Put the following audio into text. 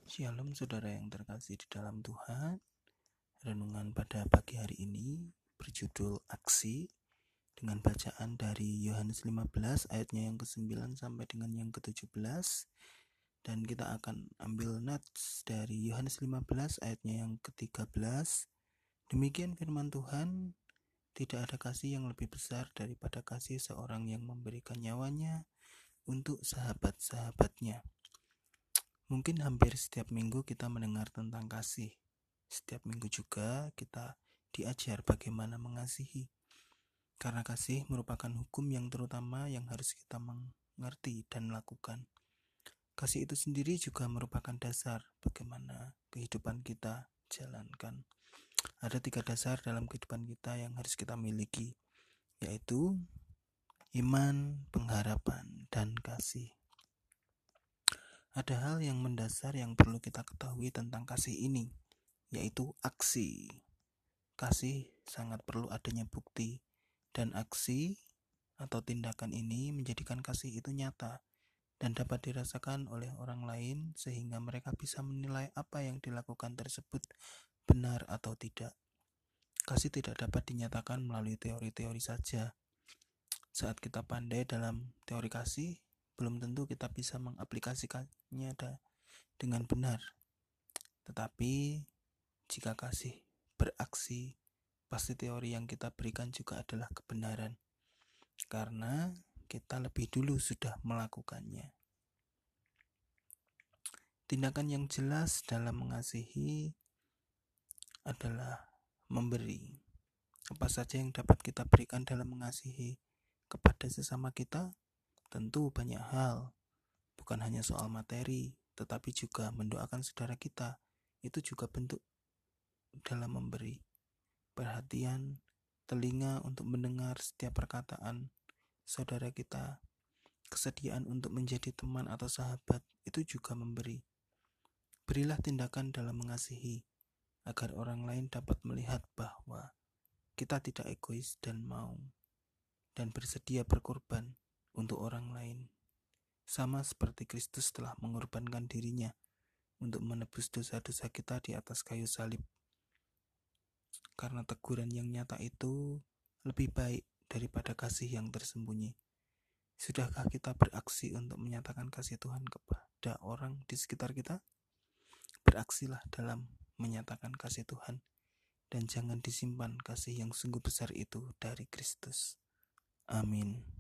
Shalom saudara yang terkasih di dalam Tuhan. Renungan pada pagi hari ini berjudul Aksi dengan bacaan dari Yohanes 15 ayatnya yang ke-9 sampai dengan yang ke-17. Dan kita akan ambil nats dari Yohanes 15 ayatnya yang ke-13. Demikian firman Tuhan, tidak ada kasih yang lebih besar daripada kasih seorang yang memberikan nyawanya untuk sahabat-sahabatnya. Mungkin hampir setiap minggu kita mendengar tentang kasih. Setiap minggu juga kita diajar bagaimana mengasihi. Karena kasih merupakan hukum yang terutama yang harus kita mengerti dan lakukan. Kasih itu sendiri juga merupakan dasar bagaimana kehidupan kita jalankan. Ada 3 dasar dalam kehidupan kita yang harus kita miliki, yaitu iman, pengharapan, dan kasih. Ada hal yang mendasar yang perlu kita ketahui tentang kasih ini, yaitu aksi. Kasih sangat perlu adanya bukti, dan aksi atau tindakan ini menjadikan kasih itu nyata dan dapat dirasakan oleh orang lain sehingga mereka bisa menilai apa yang dilakukan tersebut benar atau tidak. Kasih tidak dapat dinyatakan melalui teori-teori saja. Saat kita pandai dalam teori kasih, belum tentu kita bisa mengaplikasikannya dengan benar. Tetapi jika kasih beraksi, pasti teori yang kita berikan juga adalah kebenaran, karena kita lebih dulu sudah melakukannya. Tindakan yang jelas dalam mengasihi adalah memberi. Apa saja yang dapat kita berikan dalam mengasihi kepada sesama kita? Tentu banyak hal. Bukan hanya soal materi, tetapi juga mendoakan saudara kita. Itu juga bentuk dalam memberi. Perhatian, telinga untuk mendengar setiap perkataan saudara kita. Kesediaan untuk menjadi teman atau sahabat, itu juga memberi. Berilah tindakan dalam mengasihi, agar orang lain dapat melihat bahwa kita tidak egois dan mau dan bersedia berkorban untuk orang lain. Sama seperti Kristus telah mengorbankan dirinya untuk menebus dosa-dosa kita di atas kayu salib. Karena teguran yang nyata itu lebih baik daripada kasih yang tersembunyi. Sudahkah kita beraksi untuk menyatakan kasih Tuhan kepada orang di sekitar kita? Beraksilah dalam menyatakan kasih Tuhan, dan jangan disimpan kasih yang sungguh besar itu dari Kristus. Amin.